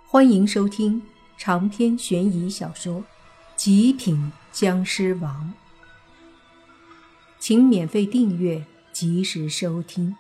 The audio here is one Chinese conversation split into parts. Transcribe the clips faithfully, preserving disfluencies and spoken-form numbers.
欢迎收听长篇悬疑小说《极品僵尸王》，请免费订阅，及时收听。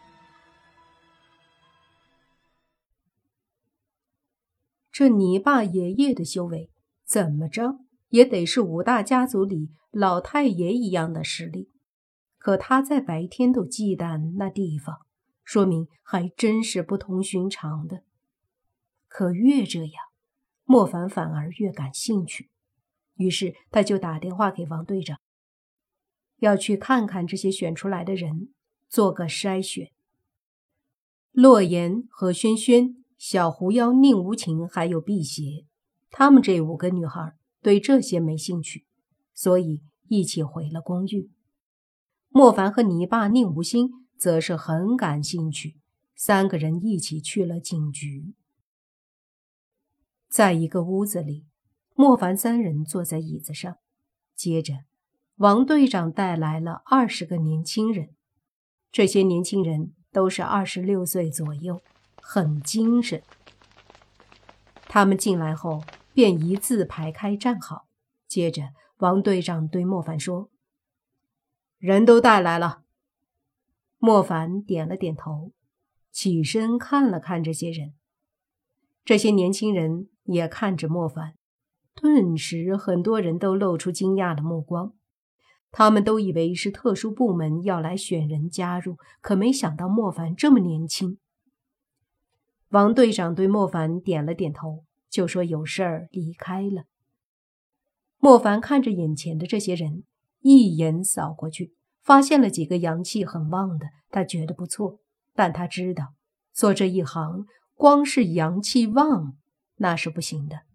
这泥巴爷爷的修为，怎么着也得是五大家族里老太爷一样的实力，可他在白天都忌惮那地方，说明还真是不同寻常的。可越这样，莫凡反而越感兴趣，于是他就打电话给王队长，要去看看这些选出来的人，做个筛选。洛言、何萱萱、小狐妖宁无情还有辟邪，他们这五个女孩对这些没兴趣，所以一起回了公寓。莫凡和泥巴宁无心则是很感兴趣，三个人一起去了警局。在一个屋子里，莫凡三人坐在椅子上，接着王队长带来了二十个年轻人，这些年轻人都是二十六岁左右，很精神。他们进来后便一字排开站好，接着王队长对莫凡说：人都带来了。莫凡点了点头，起身看了看这些人。这些年轻人也看着莫凡，顿时很多人都露出惊讶的目光。他们都以为是特殊部门要来选人加入，可没想到莫凡这么年轻。王队长对莫凡点了点头，就说有事儿离开了。莫凡看着眼前的这些人，一眼扫过去，发现了几个阳气很旺的，他觉得不错，但他知道做这一行光是阳气旺那是不行的。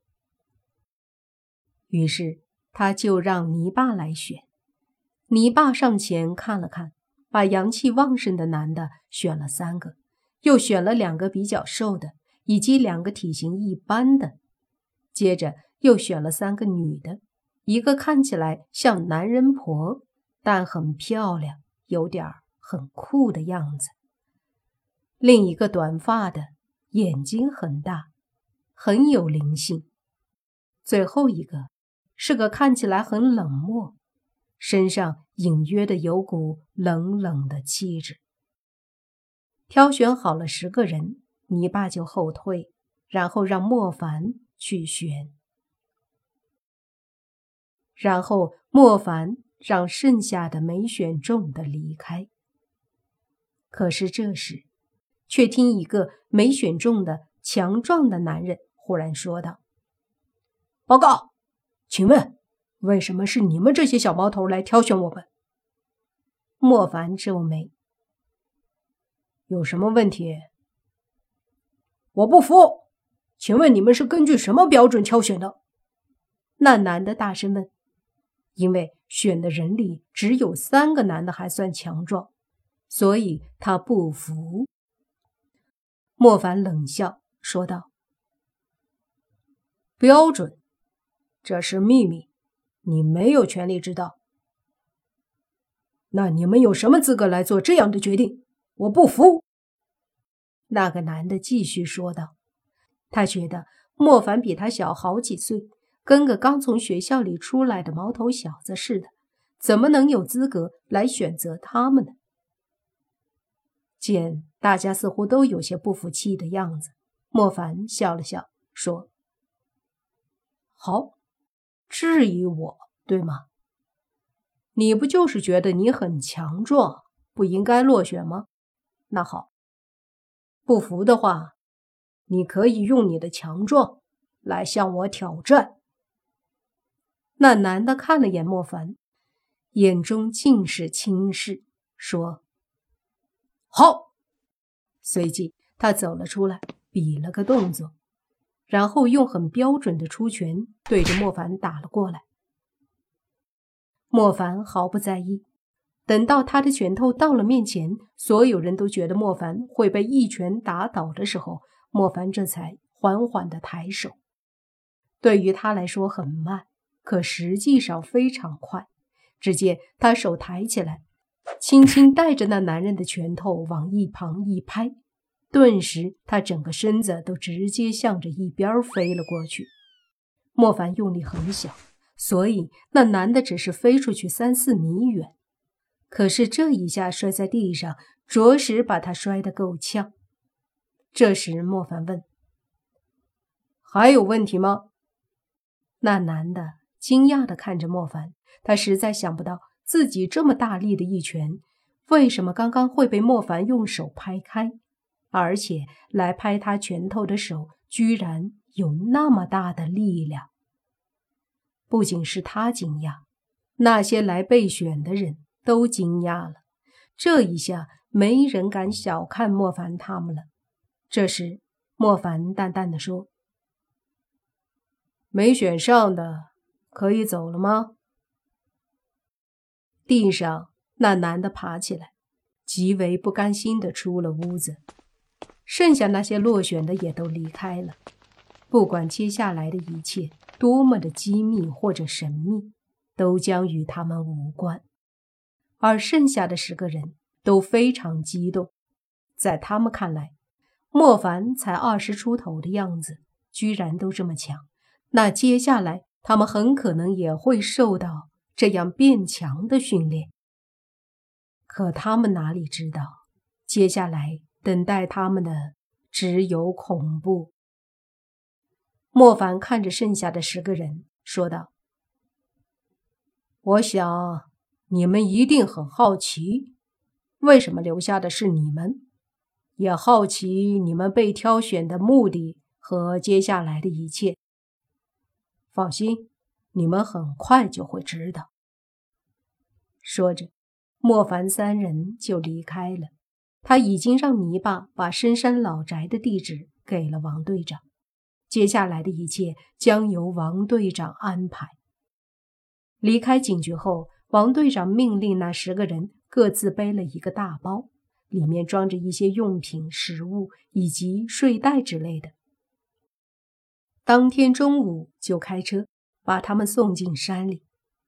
于是他就让泥巴来选。泥巴上前看了看，把阳气旺盛的男的选了三个，又选了两个比较瘦的，以及两个体型一般的，接着又选了三个女的，一个看起来像男人婆，但很漂亮，有点很酷的样子，另一个短发的，眼睛很大，很有灵性，最后一个是个看起来很冷漠，身上隐约的有股冷冷的气质。挑选好了十个人，泥巴就后退，然后让莫凡去选。然后莫凡让剩下的没选中的离开。可是这时，却听一个没选中的强壮的男人忽然说道：报告，请问为什么是你们这些小毛头来挑选我们？莫凡皱眉：有什么问题？我不服，请问你们是根据什么标准挑选的？那男的大声问。因为选的人里只有三个男的还算强壮，所以他不服。莫凡冷笑说道：标准，这是秘密，你没有权利知道。那你们有什么资格来做这样的决定？我不服。那个男的继续说道，他觉得莫凡比他小好几岁，跟个刚从学校里出来的毛头小子似的，怎么能有资格来选择他们呢？见大家似乎都有些不服气的样子，莫凡笑了笑说：好，质疑我，对吗？你不就是觉得你很强壮，不应该落选吗？那好，不服的话，你可以用你的强壮来向我挑战。那男的看了眼莫凡，眼中尽是轻视，说：好。随即他走了出来，比了个动作，然后用很标准的出拳对着莫凡打了过来。莫凡毫不在意，等到他的拳头到了面前，所有人都觉得莫凡会被一拳打倒的时候，莫凡这才缓缓地抬手。对于他来说很慢，可实际上非常快。只见他手抬起来，轻轻带着那男人的拳头往一旁一拍， 顿时他整个身子都直接向着一边飞了过去。莫凡用力很小，所以那男的只是飞出去三四米远。可是这一下摔在地上，着实把他摔得够呛。这时莫凡问：还有问题吗？那男的惊讶地看着莫凡，他实在想不到自己这么大力的一拳，为什么刚刚会被莫凡用手拍开，而且来拍他拳头的手居然有那么大的力量。不仅是他惊讶，那些来备选的人都惊讶了。这一下没人敢小看莫凡他们了。这时莫凡淡淡地说：没选上的可以走了吗？地上那男的爬起来，极为不甘心地出了屋子。剩下那些落选的也都离开了。不管接下来的一切多么的机密或者神秘，都将与他们无关。而剩下的十个人都非常激动，在他们看来，莫凡才二十出头的样子，居然都这么强，那接下来他们很可能也会受到这样变强的训练。可他们哪里知道，接下来等待他们的只有恐怖。莫凡看着剩下的十个人说道：我想你们一定很好奇，为什么留下的是你们，也好奇你们被挑选的目的和接下来的一切。放心，你们很快就会知道。说着，莫凡三人就离开了。他已经让泥巴把深山老宅的地址给了王队长，接下来的一切将由王队长安排。离开警局后，王队长命令那十个人各自背了一个大包，里面装着一些用品、食物以及睡袋之类的。当天中午就开车把他们送进山里。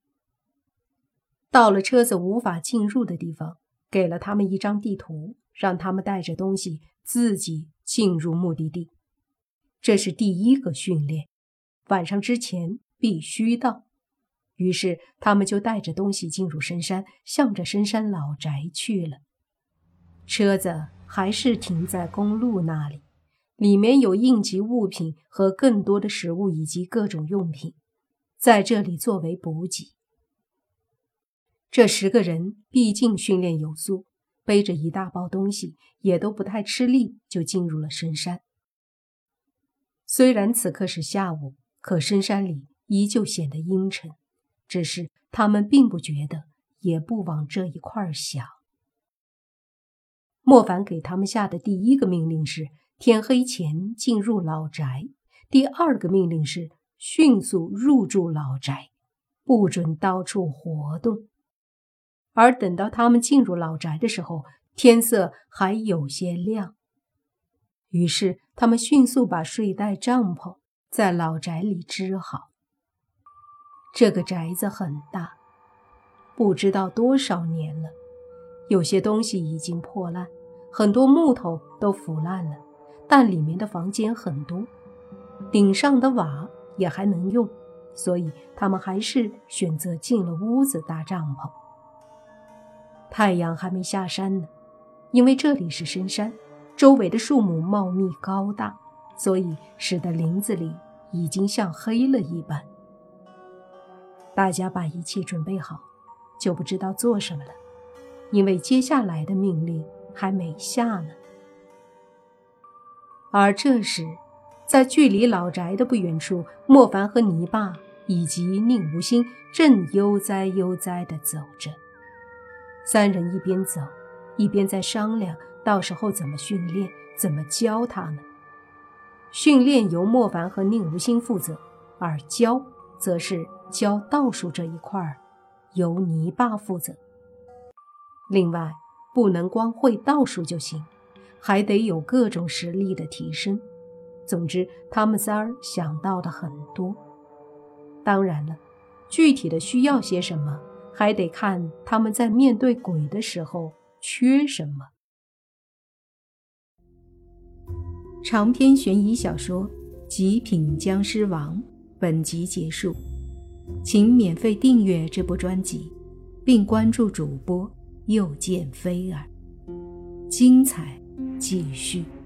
到了车子无法进入的地方，给了他们一张地图，让他们带着东西自己进入目的地。这是第一个训练，晚上之前必须到。于是他们就带着东西进入深山，向着深山老宅去了。车子还是停在公路那里，里面有应急物品和更多的食物以及各种用品，在这里作为补给。这十个人毕竟训练有素，背着一大包东西，也都不太吃力，就进入了深山。虽然此刻是下午，可深山里依旧显得阴沉，只是他们并不觉得，也不往这一块想。莫凡给他们下的第一个命令是天黑前进入老宅，第二个命令是迅速入住老宅，不准到处活动。而等到他们进入老宅的时候，天色还有些亮。于是他们迅速把睡袋、帐篷在老宅里支好。这个宅子很大，不知道多少年了，有些东西已经破烂，很多木头都腐烂了，但里面的房间很多，顶上的瓦也还能用，所以他们还是选择进了屋子搭帐篷。太阳还没下山呢，因为这里是深山，周围的树木茂密高大，所以使得林子里已经像黑了一般。大家把一切准备好，就不知道做什么了，因为接下来的命令还没下呢。而这时，在距离老宅的不远处，莫凡和泥巴以及宁无心正悠哉悠哉地走着。三人一边走，一边在商量到时候怎么训练，怎么教他们。训练由莫凡和宁无心负责，而教则是教道术这一块由泥巴负责。另外，不能光会道术就行，还得有各种实力的提升。总之，他们仨儿想到的很多。当然了，具体的需要些什么，还得看他们在面对鬼的时候缺什么。 长篇悬疑小说《极品僵尸王》本集结束，请免费订阅这部专辑，并关注主播又见菲儿，精彩继续。